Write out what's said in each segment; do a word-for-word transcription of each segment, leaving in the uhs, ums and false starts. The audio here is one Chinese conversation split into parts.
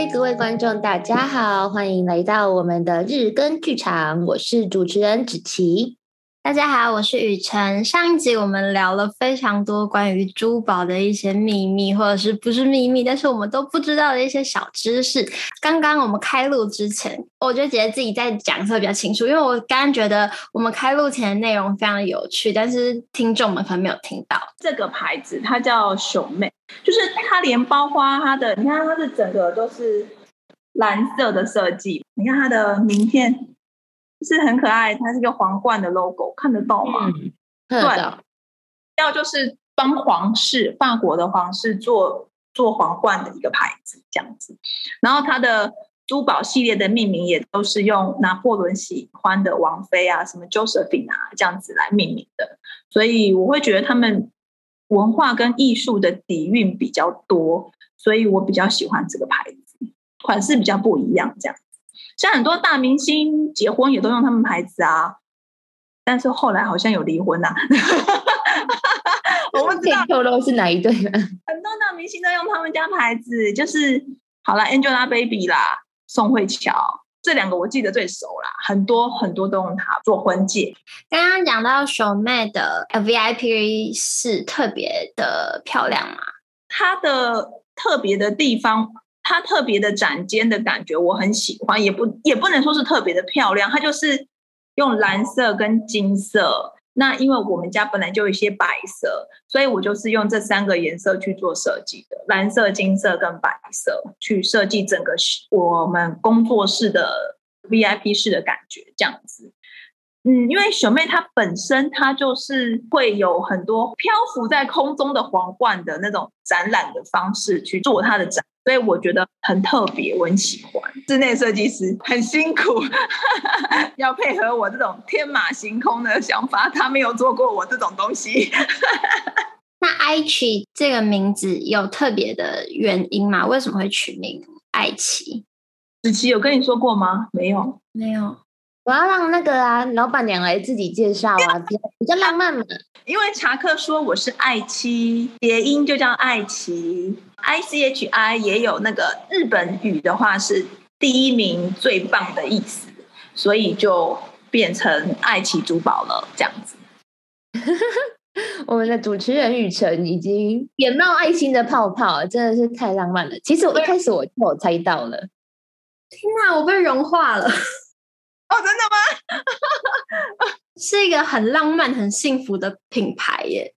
嗨，各位观众，大家好，欢迎来到我们的日更剧场，我是主持人芷琪。 大家好，我是雨辰。上一集我们聊了非常多关于珠宝的一些秘密，或者是不是秘密，但是我们都不知道的一些小知识。刚刚我们开录之前，我就觉得自己在讲的时候比较清楚，因为我刚刚觉得我们开录前的内容非常的有趣，但是听众们可能没有听到。 这个牌子它叫熊妹，就是它连包括它的，你看它是整个都是蓝色的设计，你看它的名片。是很可爱，它是一个皇冠的 logo， 看得到吗？ 嗯，看得到。 要就是帮皇室，法国的皇室做做皇冠的一个牌子，这样子。然后它的珠宝系列的命名也都是用拿破仑喜欢的王妃啊，什么 Josephine 啊这样子来命名的。所以我会觉得他们文化跟艺术的底蕴比较多，所以我比较喜欢这个牌子，款式比较不一样，这样。像很多大明星结婚也都用他们牌子啊，但是后来好像有离婚啊。我不知道透露是哪一对吗？ 很多大明星都用他们家牌子，就是好啦 Angelababy 啦，宋慧乔这两个我记得最熟啦，很多很多都用它做婚戒。 刚刚讲到熊妹的 V I P 是特别的漂亮吗？ 它的特别的地方。它特别的展间的感觉我很喜欢，也不也不能说是特别的漂亮，它就是用蓝色跟金色，那因为我们家本来就有一些白色，所以我就是用这三个颜色去做设计的，蓝色、金色跟白色去设计整个我们工作室的 V I P 室的感觉这样子。嗯，因为熊妹她本身她就是会有很多漂浮在空中的皇冠的那种展览的方式去做她的展，所以我觉得很特别，我很喜欢。室内设计师很辛苦，要配合我这种天马行空的想法，他没有做过我这种东西。 那爱奇这个名字有特别的原因吗？为什么会取名爱奇？ 芷琪有跟你说过吗？没有， 没有。 我要让那个啊老板娘来自己介绍啊，比较比较浪漫嘛。 因为查克说我是爱妻，谐音就叫爱奇 ，I C H I 也有那个日本语的话是第一名最棒的意思，所以就变成爱奇珠宝了这样子。 我们的主持人雨辰已经眼冒爱心的泡泡，真的是太浪漫了。其实我一开始我就有猜到了， 天哪，我被融化了。 哦，真的吗？ 是一个很浪漫、很幸福的品牌耶。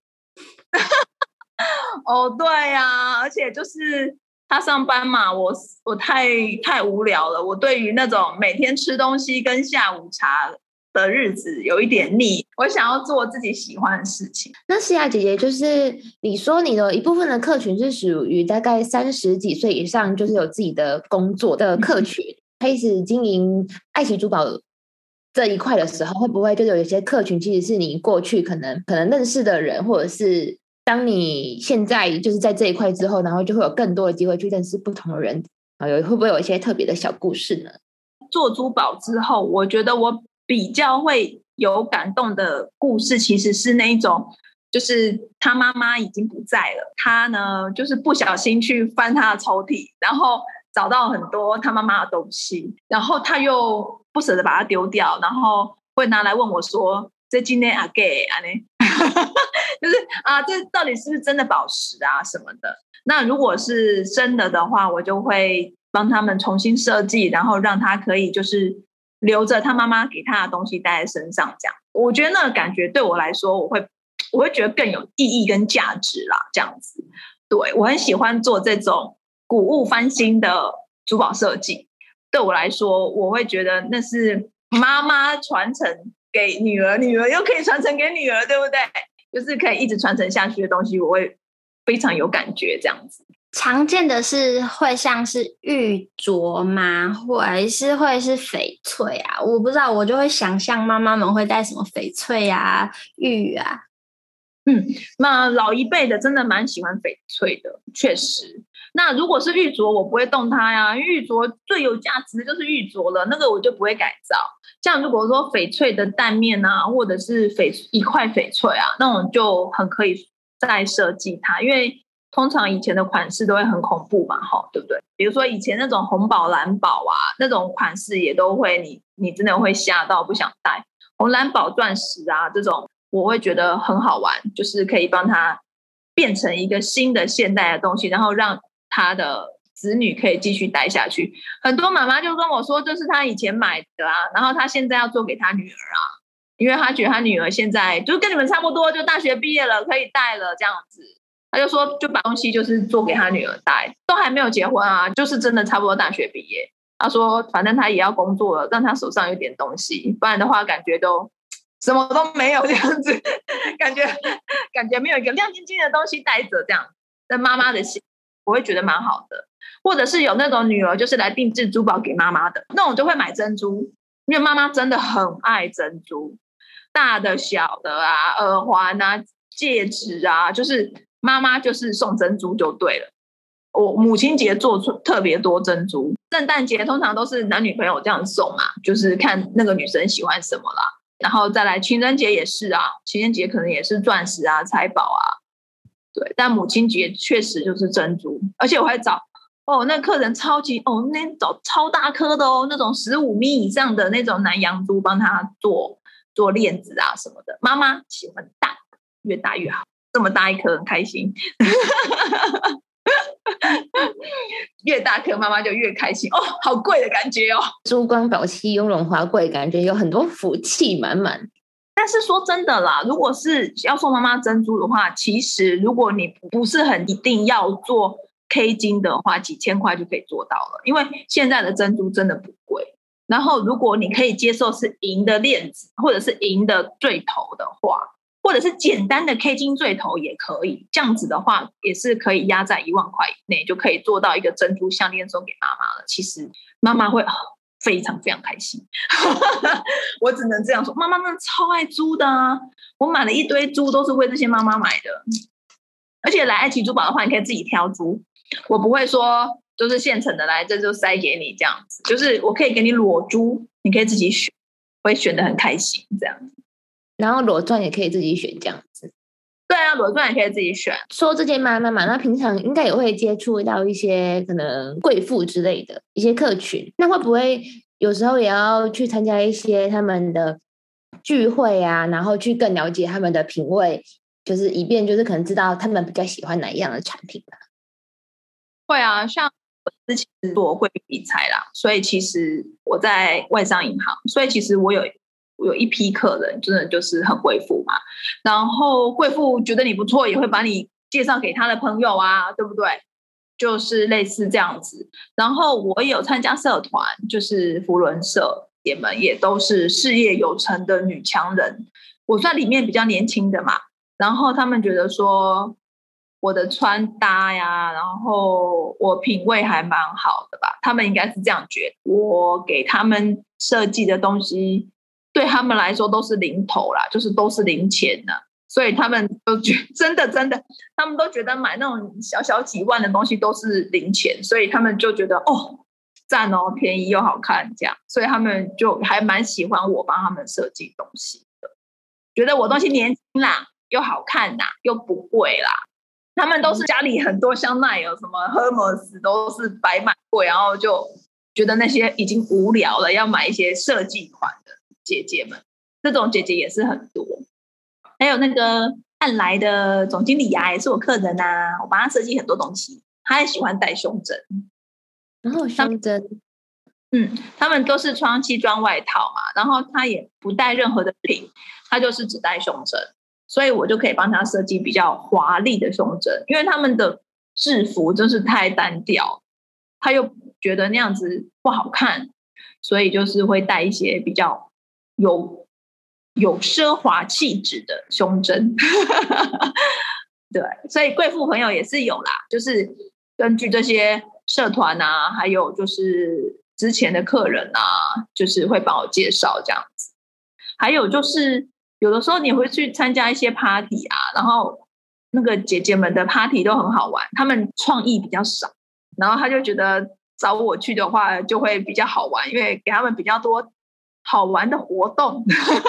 哦，对呀、啊，而且就是他上班嘛，我我太太无聊了。我对于那种每天吃东西跟下午茶的日子有一点腻，我想要做自己喜欢的事情。 那西亚姐姐，就是你说你的一部分的客群是属于大概三十几岁以上，就是有自己的工作的客群，嗯、开始经营爱奇珠宝这一块的时候，会不会就有一些客群其实是你过去可能可能认识的人，或者是当你现在就是在这一块之后，然后就会有更多的机会去认识不同的人，有会不会有一些特别的小故事呢？ 做珠宝之后，我觉得我比较会有感动的故事，其实是那一种，就是他妈妈已经不在了，他呢就是不小心去翻他的抽屉，然后找到很多他妈妈的东西，然后他又不舍得把它丢掉，然后会拿来问我说：“这今天啊给啊呢？”就是啊，这到底是不是真的宝石啊什么的？那如果是真的的话，我就会帮他们重新设计，然后让他可以就是留着他妈妈给他的东西带在身上，这样我觉得那个感觉对我来说，我会我会觉得更有意义跟价值啦，这样子。对，我很喜欢做这种古物翻新的珠宝设计，对我来说，我会觉得那是妈妈传承给女儿，女儿又可以传承给女儿，对不对？就是可以一直传承下去的东西，我会非常有感觉这样子。 常见的是会像是玉镯吗？或者是会是翡翠啊？我不知道，我就会想象妈妈们会戴什么翡翠啊、玉啊。 嗯，那老一辈的真的蛮喜欢翡翠的，确实。那如果是玉镯，我不会动它呀，因为玉镯最有价值的就是玉镯了，那个我就不会改造。像如果说翡翠的蛋面啊，或者是翡一块翡翠啊，那种就很可以再设计它，因为通常以前的款式都会很恐怖嘛，对不对？比如说以前那种红宝蓝宝啊，那种款式也都会你你真的会吓到不想戴。红蓝宝钻石啊这种我会觉得很好玩，就是可以帮他变成一个新的现代的东西，然后让他的子女可以继续戴下去。很多妈妈就跟我说这是他以前买的啊，然后他现在要做给他女儿啊，因为他觉得他女儿现在就跟你们差不多，就大学毕业了可以戴了这样子，他就说就把东西就是做给他女儿戴，都还没有结婚啊，就是真的差不多大学毕业。他说反正他也要工作了，让他手上有点东西，不然的话感觉都什么都没有这样子，感觉感觉没有一个亮晶晶的东西带着这样。但妈妈的心我会觉得蛮好的，或者是有那种女儿就是来定制珠宝给妈妈的那种，就会买珍珠，因为妈妈真的很爱珍珠，大的小的啊，耳环啊，戒指啊，就是妈妈就是送珍珠就对了。我母亲节做出特别多珍珠，圣诞节通常都是男女朋友这样送嘛，就是看那个女生喜欢什么啦。然后再来情人节也是啊，情人节可能也是钻石啊、财宝啊，对。但母亲节确实就是珍珠，而且我还找哦，那客人超级哦，那找超大颗的哦，那种十五米以上的那种南洋珠，帮他做做链子啊什么的。妈妈喜欢大，越大越好，这么大一颗很开心。越大颗妈妈就越开心哦，好贵的感觉哦， 珠光宝气、雍容华贵，感觉有很多福气满满。 但是说真的啦，如果是要送妈妈珍珠的话，其实如果你不是很一定要做 K 金的话，几千块就可以做到了，因为现在的珍珠真的不贵。然后如果你可以接受是银的链子或者是银的坠头的话，或者是简单的 K 金坠头也可以，这样子的话也是可以压在一万块以内，就可以做到一个珍珠项链送给妈妈了。其实妈妈会、哦、非常非常开心。我只能这样说，妈妈真的超爱珠的啊，我买了一堆珠都是为这些妈妈买的。而且来爱奇珠宝的话，你可以自己挑珠，我不会说就是现成的来这就塞给你这样子，就是我可以给你裸珠，你可以自己选，会选得很开心这样子。 然后裸钻也可以自己选这样子。 对啊，裸钻也可以自己选。 说这些妈妈嘛，那平常应该也会接触到一些可能贵妇之类的一些客群，那会不会有时候也要去参加一些他们的聚会啊，然后去更了解他们的品味，就是以便就是可能知道他们比较喜欢哪一样的产品啊？ 会啊，像我之前做汇率理财啦，所以其实我在外商银行，所以其实我有我有一批客人真的就是很贵妇嘛，然后贵妇觉得你不错，也会把你介绍给他的朋友啊，对不对？就是类似这样子。然后我有参加社团，就是扶轮社，姐们也都是事业有成的女强人，我算里面比较年轻的嘛，然后他们觉得说我的穿搭呀，然后我品味还蛮好的吧，他们应该是这样觉得，我给他们设计的东西对他们来说都是零头啦，就是都是零钱的，所以他们都觉得真的真的，他们都觉得买那种小小几万的东西都是零钱，所以他们就觉得哦赞哦，便宜又好看这样，所以他们就还蛮喜欢我帮他们设计东西的，觉得我东西年轻啦，又好看啦，又不贵啦。他们都是家里很多香奈儿什么 Hermes 都是摆满柜，然后就觉得那些已经无聊了，要买一些设计款的姐姐们，这种姐姐也是很多。还有那个汉来的总经理啊，也是我客人啊，我帮他设计很多东西，他也喜欢戴胸针。 然后胸针， 嗯，他们都是穿西装外套嘛，然后他也不戴任何的品，他就是只戴胸针，所以我就可以帮他设计比较华丽的胸针，因为他们的制服真是太单调，他又觉得那样子不好看，所以就是会戴一些比较有有奢华气质的胸针。对，所以贵妇朋友也是有啦，就是根据这些社团啊，还有就是之前的客人啊，就是会帮我介绍这样子。还有就是有的时候你会去参加一些 party 啊，然后那个姐姐们的 party 都很好玩，她们创意比较少，然后她就觉得找我去的话就会比较好玩，因为给他们比较多好玩的活动，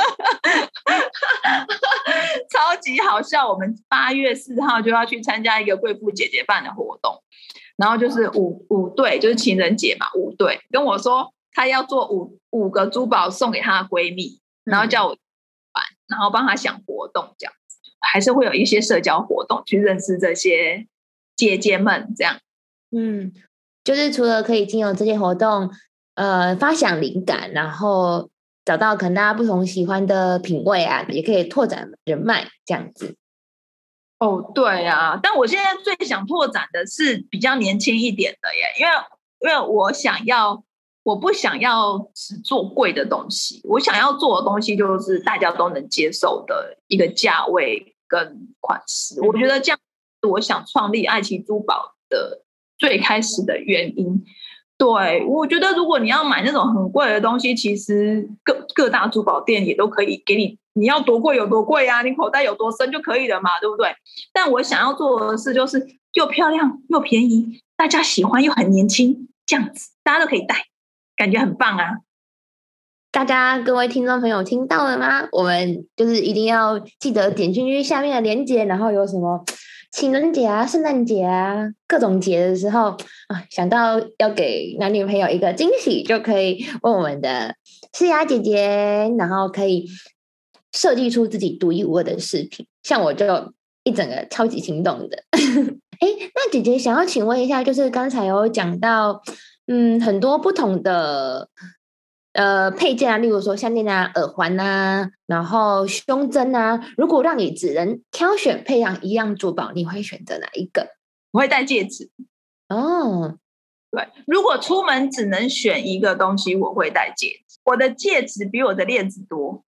超级好笑。我们八月四号就要去参加一个贵妇姐姐办的活动，然后就是五五对，就是情人节嘛，五对跟我说她要做五五个珠宝送给她的闺蜜，然后叫我办，然后帮她想活动，这样子还是会有一些社交活动去认识这些姐姐们，这样。 嗯，就是除了可以经由这些活动，呃，发想灵感，然后找到可能大家不同喜欢的品味啊，也可以拓展人脉这样子。 哦，对啊，但我现在最想拓展的是比较年轻一点的耶，因为因为我想要，我不想要只做贵的东西，我想要做的东西就是大家都能接受的一个价位跟款式。我觉得这样，我想创立爱奇珠宝的最开始的原因。对，我觉得如果你要买那种很贵的东西，其实各各大珠宝店也都可以给你，你要多贵有多贵啊，你口袋有多深就可以了嘛，对不对？但我想要做的事就是又漂亮又便宜，大家喜欢又很年轻，这样子大家都可以戴，感觉很棒啊！ 大家各位听众朋友听到了吗？我们就是一定要记得点进去下面的链接，然后有什么情人节啊、圣诞节啊各种节的时候啊，想到要给男女朋友一个惊喜，就可以问我们的诗雅姐姐，然后可以设计出自己独一无二的饰品。像我就一整个超级心动的。哎，那姐姐想要请问一下，就是刚才有讲到，嗯，很多不同的呃配件啊，例如说项链啊、耳环啊，然后胸针啊，如果让你只能挑选配上一样珠宝，你会选择哪一个？ 我会戴戒指。 哦， 对，如果出门只能选一个东西，我会戴戒指。我的戒指比我的链子多。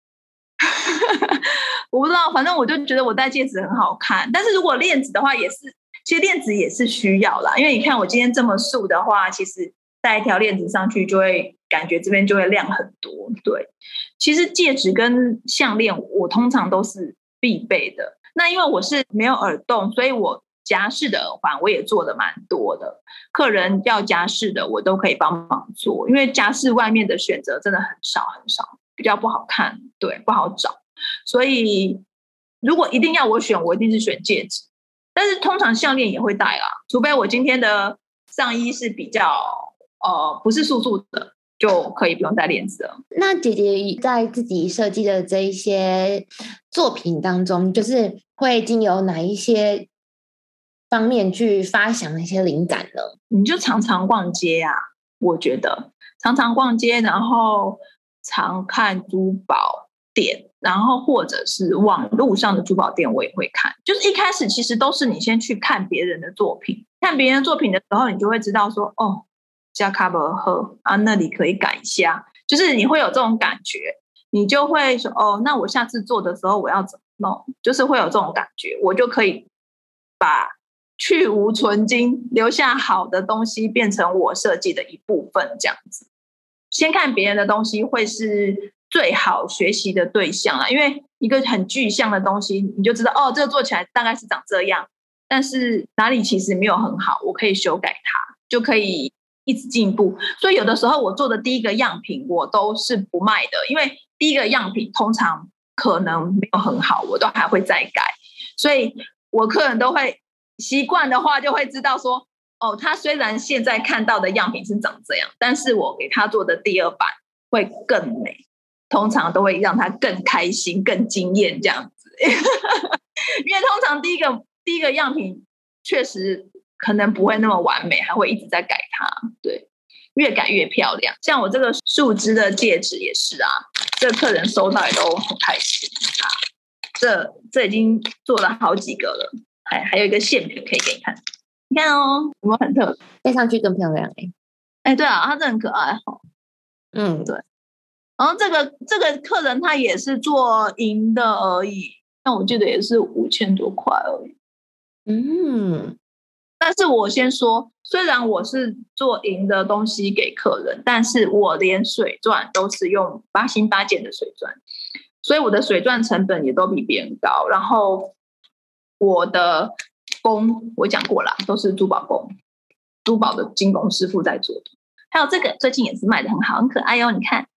我不知道，反正我就觉得我戴戒指很好看。但是如果链子的话，也是，其实链子也是需要啦。因为你看我今天这么素的话，其实戴一条链子上去，就会感觉这边就会亮很多。对，其实戒指跟项链我通常都是必备的。那因为我是没有耳洞，所以我夹式的耳环我也做的蛮多的。客人要夹式的，我都可以帮忙做，因为夹式外面的选择真的很少很少，比较不好看，对，不好找。所以如果一定要我选，我一定是选戒指。但是通常项链也会戴啦，除非我今天的上衣是比较呃不是素素的，就可以不用戴链子了。 那姐姐在自己设计的这一些作品当中，就是会经由哪一些方面去发想一些灵感呢？ 你就常常逛街啊，我觉得常常逛街，然后常看珠宝店，然后或者是网络上的珠宝店我也会看。就是一开始其实都是你先去看别人的作品，看别人的作品的时候，你就会知道说，哦，加 cover 喝啊，那里可以改一下，就是你会有这种感觉，你就会说，哦，那我下次做的时候我要怎么弄，就是会有这种感觉，我就可以把去无存精，留下好的东西变成我设计的一部分，这样子。先看别人的东西会是最好学习的对象啦，因为一个很具象的东西，你就知道哦，这个做起来大概是长这样，但是哪里其实没有很好，我可以修改它，就可以一直进步。所以有的时候我做的第一个样品我都是不卖的，因为第一个样品通常可能没有很好，我都还会再改。所以我客人都会习惯的话，就会知道说，哦，他虽然现在看到的样品是长这样，但是我给他做的第二版会更美，通常都会让他更开心、更惊艳这样子。因为通常第一个第一个样品确实可能不会那么完美，还会一直在改它，对，越改越漂亮。像我这个树枝的戒指也是啊，这个客人收到也都很开心啊。这这已经做了好几个了，还还有一个线品可以给你看，你看哦，有没有很特别？ 戴上去更漂亮哎、欸！ 哎，对啊，它真的很可爱哦。 嗯， 对。然后这个这个客人他也是做银的而已，但我记得也是五千多块而已。 嗯， 但是我先说，虽然我是做银的东西给客人，但是我连水钻都是用八星八件的水钻，所以我的水钻成本也都比别人高。然后我的工我讲过啦，都是珠宝工，珠宝的精工师傅在做的。还有这个最近也是卖的很好，很可爱哦，你看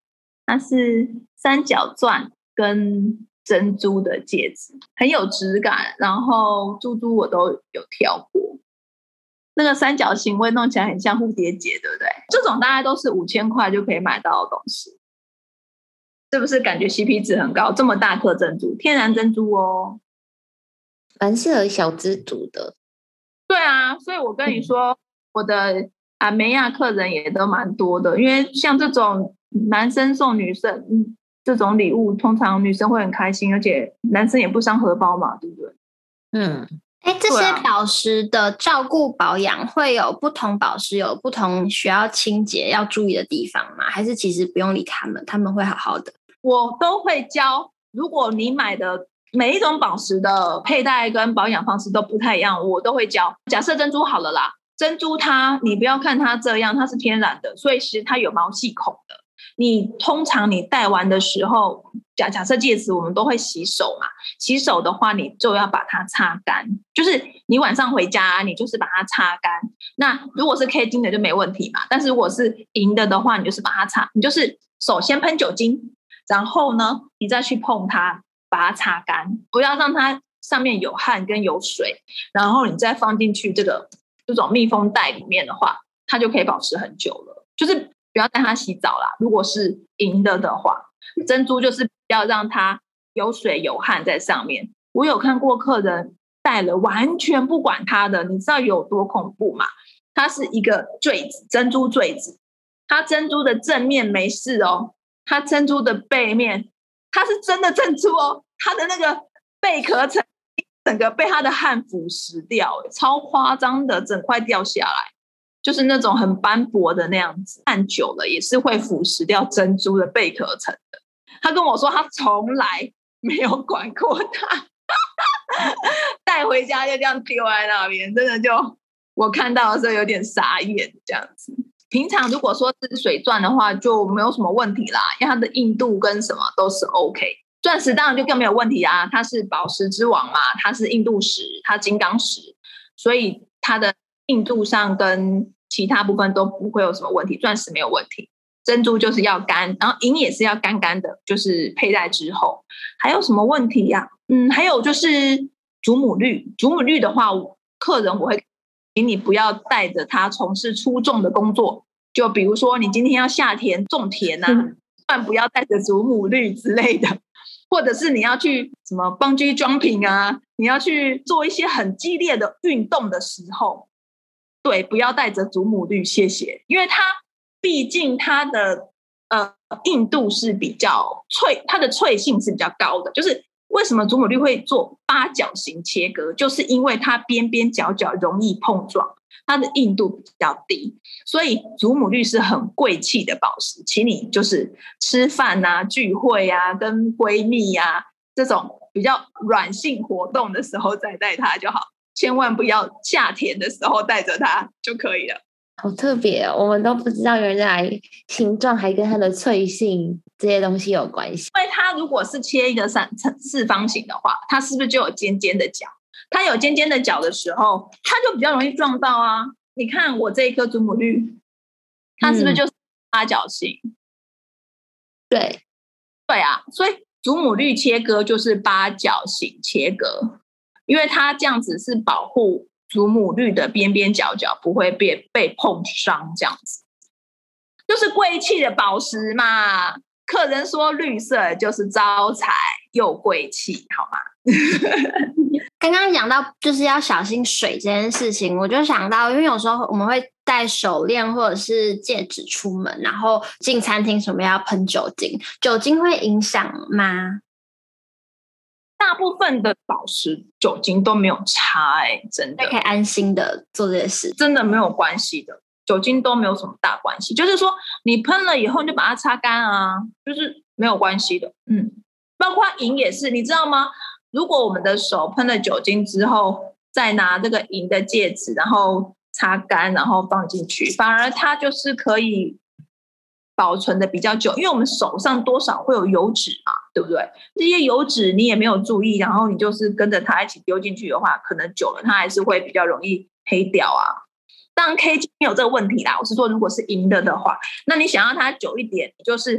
它是三角钻跟珍珠的戒指，很有质感，然后珠珠我都有挑过。那个三角形会弄起来很像蝴蝶结，对不对？这种大概都是五千块就可以买到的东西，是不是感觉 C P 值很高？这么大颗珍珠，天然珍珠哦， 蛮适合小资族的。 对啊，所以我跟你说，嗯、我的阿梅亚客人也都蛮多的，因为像这种男生送女生、嗯、这种礼物，通常女生会很开心，而且男生也不伤荷包嘛，对不对？ 嗯。 哎，这些宝石的照顾保养会有不同宝石有不同需要清洁要注意的地方吗？还是其实不用理他们，他们会好好的？ 我都会教，如果你买的每一种宝石的佩戴跟保养方式都不太一样，我都会教。假设珍珠好了啦，珍珠它你不要看它这样，它是天然的，所以其实它有毛细孔的。你通常你戴完的时候，假假设戒指我们都会洗手嘛，洗手的话你就要把它擦干，就是你晚上回家你就是把它擦干。那如果是 K 金的就没问题嘛，但是如果是银的的话，你就是把它擦，你就是手先喷酒精，然后呢你再去碰它，把它擦干，不要让它上面有汗跟有水，然后你再放进去这个这种密封袋里面的话，它就可以保持很久了，就是不要带它洗澡啦。如果是银的的话，珍珠就是不要让它有水有汗在上面。我有看过客人戴了完全不管它的，你知道有多恐怖吗？它是一个坠子，珍珠坠子，它珍珠的正面没事哦，它珍珠的背面它是真的珍珠哦，它的那个贝壳层整个被它的汗腐蚀掉，超夸张的，整块掉下来，就是那种很斑驳的那样子，汗久了也是会腐蚀掉珍珠的贝壳层的。他跟我说他从来没有管过它，带回家就这样丢在那边，真的就我看到的时候有点傻眼这样子。平常如果说是水钻的话就没有什么问题啦，因为它的硬度跟什么都是 OK。钻石当然就更没有问题啊，它是宝石之王嘛，它是硬度石，它金刚石，所以它的硬度上跟其他部分都不会有什么问题，钻石没有问题。珍珠就是要干，然后银也是要干干的，就是佩戴之后。还有什么问题呀、啊？嗯，还有就是祖母绿，祖母绿的话，客人我会请你不要带着它从事粗重的工作，就比如说你今天要下田种田啊，千万不要带着祖母绿之类的，或者是你要去什么bungee jumping啊，你要去做一些很激烈的运动的时候，对，不要带着祖母绿，谢谢，因为它毕竟它的呃硬度是比较脆，它的脆性是比较高的。就是为什么祖母绿会做八角形切割，就是因为它边边角角容易碰撞，它的硬度比较低，所以祖母绿是很贵气的宝石，请你就是吃饭啊、聚会啊、跟闺蜜啊这种比较软性活动的时候再戴它就好，千万不要下田的时候带着它就可以了。 好特别哦，我们都不知道原来形状还跟它的脆性这些东西有关系。 因为它如果是切一个三四方形的话，它是不是就有尖尖的角？它有尖尖的角的时候，它就比较容易撞到啊。你看我这一颗祖母绿，它是不是就是八角形？嗯、 对， 对啊，所以祖母绿切割就是八角形切割，因为它这样子是保护祖母绿的边边角角不会被被碰伤，这样子就是贵气的宝石嘛。客人说绿色就是招财又贵气，好吗？ 刚刚讲到就是要小心水这件事情，我就想到，因为有时候我们会戴手链或者是戒指出门，然后进餐厅什么要喷酒精，酒精会影响吗？ 大部分的宝石酒精都没有差，哎、欸，真的可以安心的做这些事， 真的没有关系的，酒精都没有什么大关系。就是说你喷了以后你就把它擦干啊，就是没有关系的。嗯，包括银也是，你知道吗？如果我们的手喷了酒精之后，再拿这个银的戒指，然后擦干，然后放进去，反而它就是可以保存的比较久，因为我们手上多少会有油脂嘛，对不对？这些油脂你也没有注意，然后你就是跟着它一起丢进去的话，可能久了它还是会比较容易黑掉啊。当然 K 金没有这个问题啦，我是说如果是银的的话，那你想要它久一点，你就是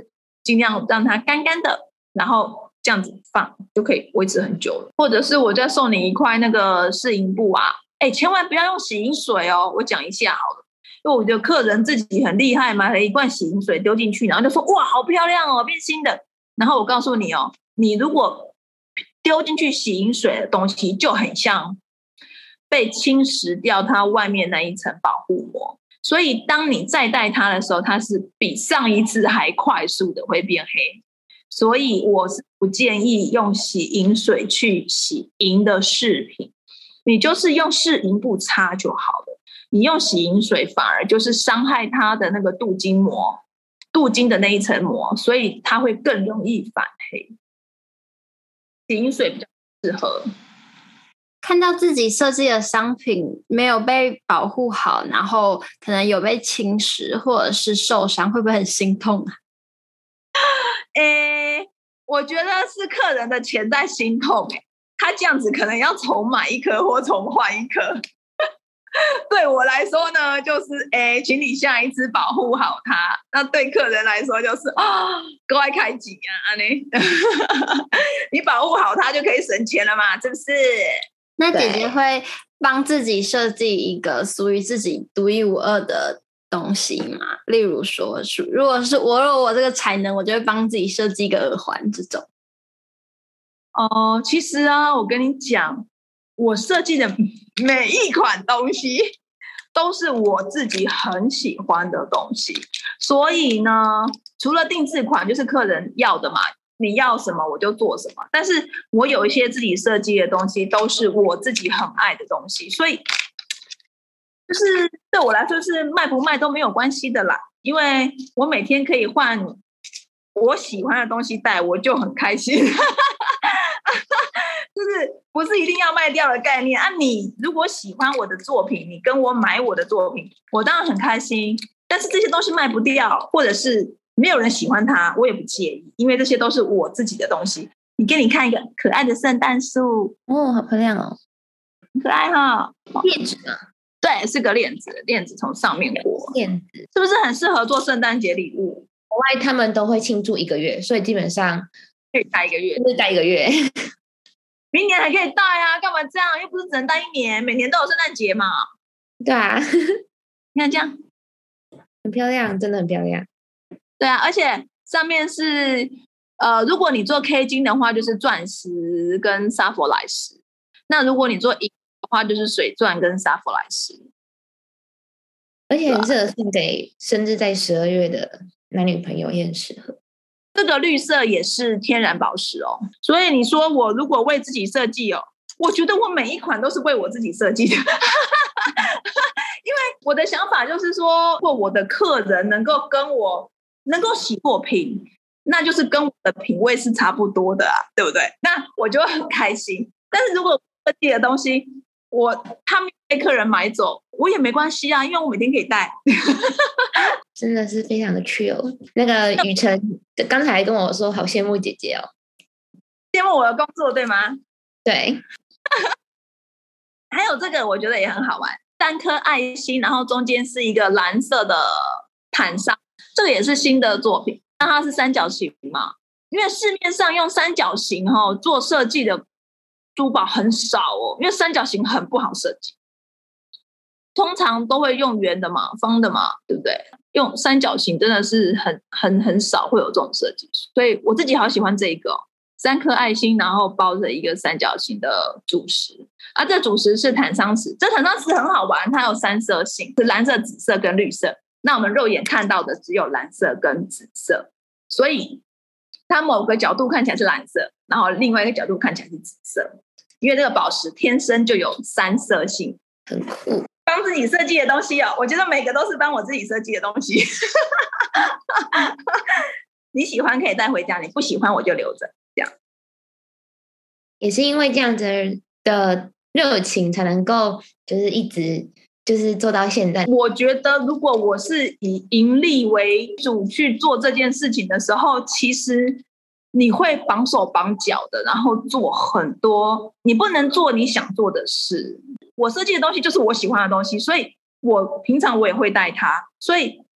尽量让它干干的，然后这样子放就可以维持很久了。或者是我再送你一块那个试银布啊，哎，千万不要用洗银水哦，我讲一下好了。因为我的客人自己很厉害，买了一罐洗银水丢进去，然后就说哇好漂亮哦，变新的。然后我告诉你哦，你如果丢进去洗银水的东西就很像被侵蚀掉它外面那一层保护膜，所以当你再戴它的时候，它是比上一次还快速的会变黑。所以我是不建议用洗银水去洗银的饰品，你就是用试银布擦就好了。你用洗银水反而就是伤害它的那个镀金膜，镀金的那一层膜，所以它会更容易反黑。洗银水比较适合。 看到自己设计的商品没有被保护好，然后可能有被侵蚀或者是受伤，会不会很心痛啊？ 诶，我觉得是客人的钱在心痛，他这样子可能要重买一颗或重换一颗。对我来说呢，就是哎，请你下一次保护好它。那对客人来说就是啊，格外开心啊，你保护好它就可以省钱了嘛，是不是？ 那姐姐会帮自己设计一个属于自己独一无二的东西吗？例如说，如果是我有我这个才能，我就会帮自己设计一个耳环这种。 哦、呃，其实啊，我跟你讲。我设计的每一款东西都是我自己很喜欢的东西，所以呢，除了定制款就是客人要的嘛，你要什么我就做什么，但是我有一些自己设计的东西都是我自己很爱的东西，所以就是对我来说是卖不卖都没有关系的啦，因为我每天可以换我喜欢的东西戴，我就很开心。就是不是一定要卖掉的概念啊！你如果喜欢我的作品，你跟我买我的作品，我当然很开心。但是这些东西卖不掉，或者是没有人喜欢它，我也不介意，因为这些都是我自己的东西。你给你看一个可爱的圣诞树哦，好漂亮哦， 很可爱哈、 哦！链子啊， 对，是个链子，链子从上面过， 链子是不是很适合做圣诞节礼物？ 国外他们都会庆祝一个月，所以基本上可以戴一个月， 就是戴一个月。 明年还可以戴啊，干嘛这样？又不是只能戴一年，每年都有圣诞节嘛。 对啊， 你看这样很漂亮，真的很漂亮。 对啊，而且上面是呃，如果你做 K 金的话，就是钻石跟沙佛莱石；那如果你做银的话，就是水钻跟沙佛莱石。 而且很适合送给生日在十二月的男女朋友，也很适合。 这个绿色也是天然宝石哦，所以你说我如果为自己设计哦，我觉得我每一款都是为我自己设计的，因为我的想法就是说，如果我的客人能够跟我能够喜作品，那就是跟我的品味是差不多的啊，对不对？那我就会很开心。但是如果设计的东西，我他们被客人买走，我也没关系啊，因为我每天可以戴。 真的是非常的 chill。那个雨辰刚才跟我说，好羡慕姐姐哦， 羡慕我的工作对吗？ 对。 还有这个我觉得也很好玩，三颗爱心，然后中间是一个蓝色的坦桑，这个也是新的作品。那它是三角形嘛？因为市面上用三角形哦做设计的珠宝很少哦，因为三角形很不好设计，通常都会用圆的嘛、方的嘛，对不对？用三角形真的是很很很少会有这种设计，所以我自己好喜欢这一个、哦、三颗爱心，然后包着一个三角形的主石，啊，这主石是坦桑石，这坦桑石很好玩，它有三色性，是蓝色、紫色跟绿色。那我们肉眼看到的只有蓝色跟紫色，所以它某个角度看起来是蓝色，然后另外一个角度看起来是紫色，因为这个宝石天生就有三色性， 很酷。 帮自己设计的东西哦，我觉得每个都是帮我自己设计的东西。你喜欢可以带回家，你不喜欢我就留着，这样。 也是因为这样子的热情，才能够就是一直就是做到现在。 我觉得如果我是以盈利为主去做这件事情的时候，其实你会绑手绑脚的，然后做很多，你不能做你想做的事。我设计的东西就是我喜欢的东西，所以我平常我也会带它，所以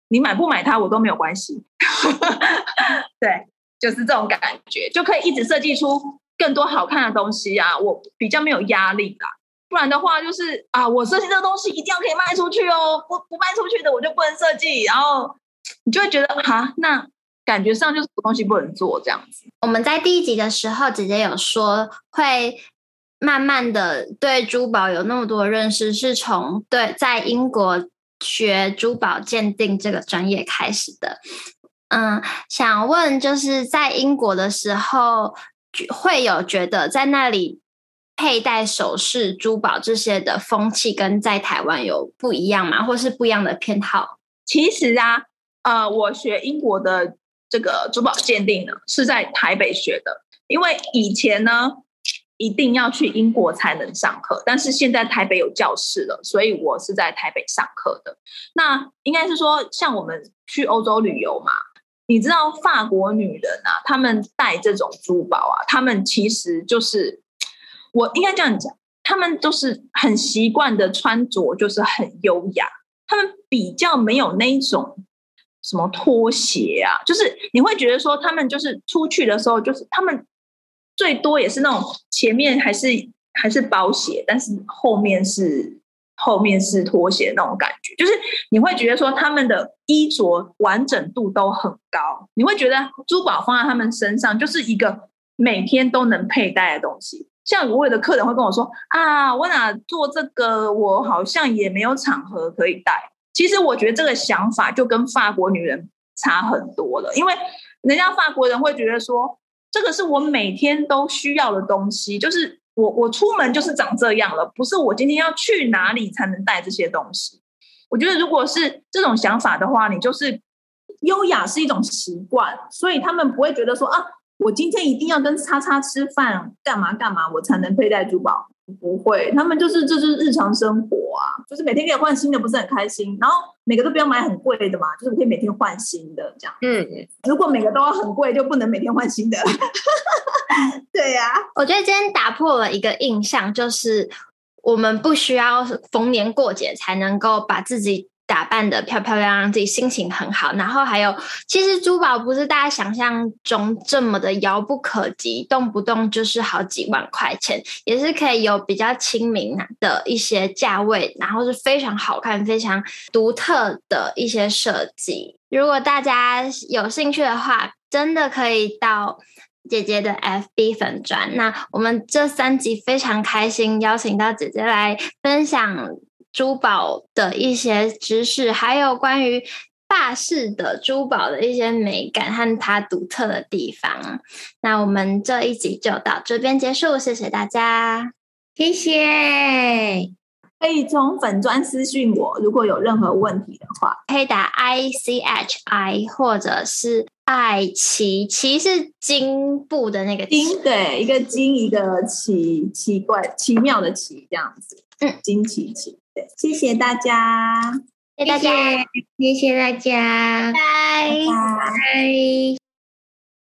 你买不买它我都没有关系。对，就是这种感觉，就可以一直设计出更多好看的东西啊，我比较没有压力啦。不然的话就是啊，我设计这个东西一定要可以卖出去哦，不不卖出去的我就不能设计，然后你就会觉得哈，那感觉上就是东西不能做这样子。 我们在第一集的时候，姐姐有说会慢慢的对珠宝有那么多认识，是从对在英国学珠宝鉴定这个专业开始的。嗯，想问就是在英国的时候，会有觉得在那里佩戴首饰、珠宝这些的风气跟在台湾有不一样吗？或是不一样的偏好？ 其实啊，呃，我学英国的这个珠宝鉴定呢，是在台北学的。因为以前呢，一定要去英国才能上课，但是现在台北有教室了，所以我是在台北上课的。那应该是说，像我们去欧洲旅游嘛，你知道法国女人啊，她们戴这种珠宝啊，她们其实就是。我应该这样讲，他们都是很习惯的穿着，就是很优雅。他们比较没有那一种什么拖鞋啊，就是你会觉得说，他们就是出去的时候，就是他们最多也是那种前面还是还是包鞋，但是后面是后面是拖鞋那种感觉，就是你会觉得说，他们的衣着完整度都很高，你会觉得珠宝放在他们身上就是一个每天都能佩戴的东西。像我有的客人会跟我说啊，我哪做这个，我好像也没有场合可以戴。其实我觉得这个想法就跟法国女人差很多了，因为人家法国人会觉得说，这个是我每天都需要的东西，就是我我出门就是长这样了，不是我今天要去哪里才能带这些东西。我觉得如果是这种想法的话，你就是优雅是一种习惯，所以他们不会觉得说啊，我今天一定要跟叉叉吃饭干嘛干嘛我才能佩戴珠宝，不会，他们就是这就是日常生活啊，就是每天可以换新的不是很开心，然后每个都不要买很贵的嘛，就是可以每天换新的这样。嗯，如果每个都要很贵就不能每天换新的。对呀、啊， 我觉得今天打破了一个印象，就是我们不需要逢年过节才能够把自己打扮得漂漂亮亮，让自己心情很好。然后还有，其实珠宝不是大家想象中这么的遥不可及，动不动就是好几万块钱，也是可以有比较亲民的一些价位，然后是非常好看、非常独特的一些设计。如果大家有兴趣的话，真的可以到姐姐的 F B 粉专。那我们这三集非常开心，邀请到姐姐来分享珠宝的一些知识，还有关于法式的珠宝的一些美感和它独特的地方。那我们这一集就到这边结束，谢谢大家， 谢谢。 可以从粉专私讯我，如果有任何问题的话， 可以打 I C H I 或者是爱奇，奇是金部的那个金，对，一个金一个奇，奇怪奇妙的奇这样子，嗯，金奇奇，对，谢谢大家， 谢谢大家， 谢谢大家， 拜拜。 拜拜。